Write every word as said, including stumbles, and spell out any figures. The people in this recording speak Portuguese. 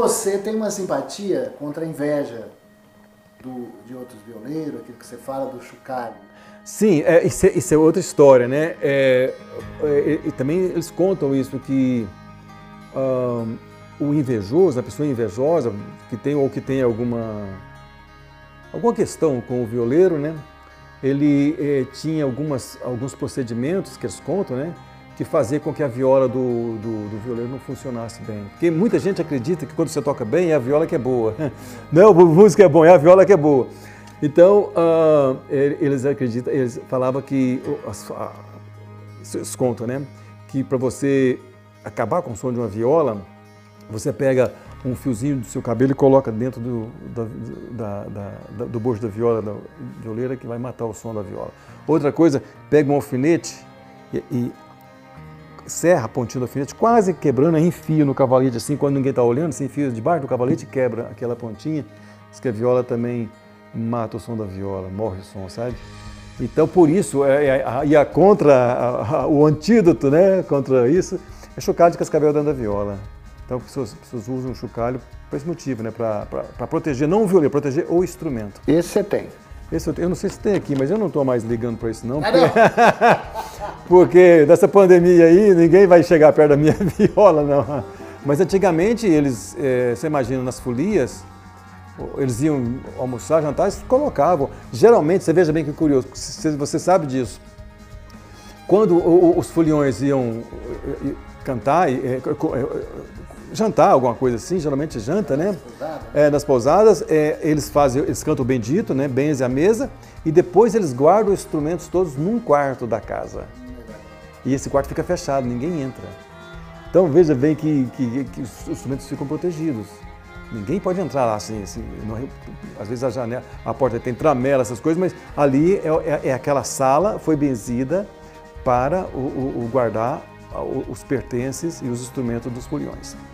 você tem uma simpatia contra a inveja do, de outros violeiros, aquilo que você fala do chocalho. Sim, é, isso, é, isso é outra história, né? É, é, e também eles contam isso, que um, o invejoso, a pessoa invejosa, que tem ou que tem alguma, alguma questão com o violeiro, né? Ele é, tinha algumas, alguns procedimentos que eles contam, né? Que fazia com que a viola do, do, do violeiro não funcionasse bem. Porque muita gente acredita que quando você toca bem é a viola que é boa. Não, a música é boa, é a viola que é boa. Então, uh, eles acreditam, eles falavam que, eles contam, né? Que para você acabar com o som de uma viola, você pega um fiozinho do seu cabelo e coloca dentro do, da, da, da, do bojo da viola, da violeira, que vai matar o som da viola. Outra coisa, pega um alfinete e, e serra a pontinha do alfinete, quase quebrando, aí enfia no cavalete, assim, quando ninguém está olhando, você enfia debaixo do cavalete e quebra aquela pontinha. Diz que a viola também mata o som da viola, morre o som, sabe? Então, por isso, é, é, a, e a contra, a, a, o antídoto, né, contra isso, é chocalho de cascavel dentro da viola. Então, as pessoas, as pessoas usam o chocalho por esse motivo, né, para proteger, não o violino, proteger o instrumento. Esse você tem? Esse eu, eu não sei se tem aqui, mas eu não estou mais ligando para isso não. Porque, não. Porque nessa pandemia aí, ninguém vai chegar perto da minha viola, não. Mas antigamente, eles, é, você imagina, nas folias, eles iam almoçar, jantar, eles colocavam. Geralmente, você veja bem que curioso, você sabe disso. Quando os foliões iam cantar, jantar, alguma coisa assim, geralmente janta, né? É, nas pousadas, é, eles fazem, eles cantam o bendito, né? Benze a mesa, e depois eles guardam os instrumentos todos num quarto da casa. E esse quarto fica fechado, ninguém entra. Então veja bem que, que, que os instrumentos ficam protegidos. Ninguém pode entrar lá assim, assim não, às vezes a janela, a porta tem tramela, essas coisas, mas ali é, é, é aquela sala, foi benzida para o, o, o guardar os pertences e os instrumentos dos foliões.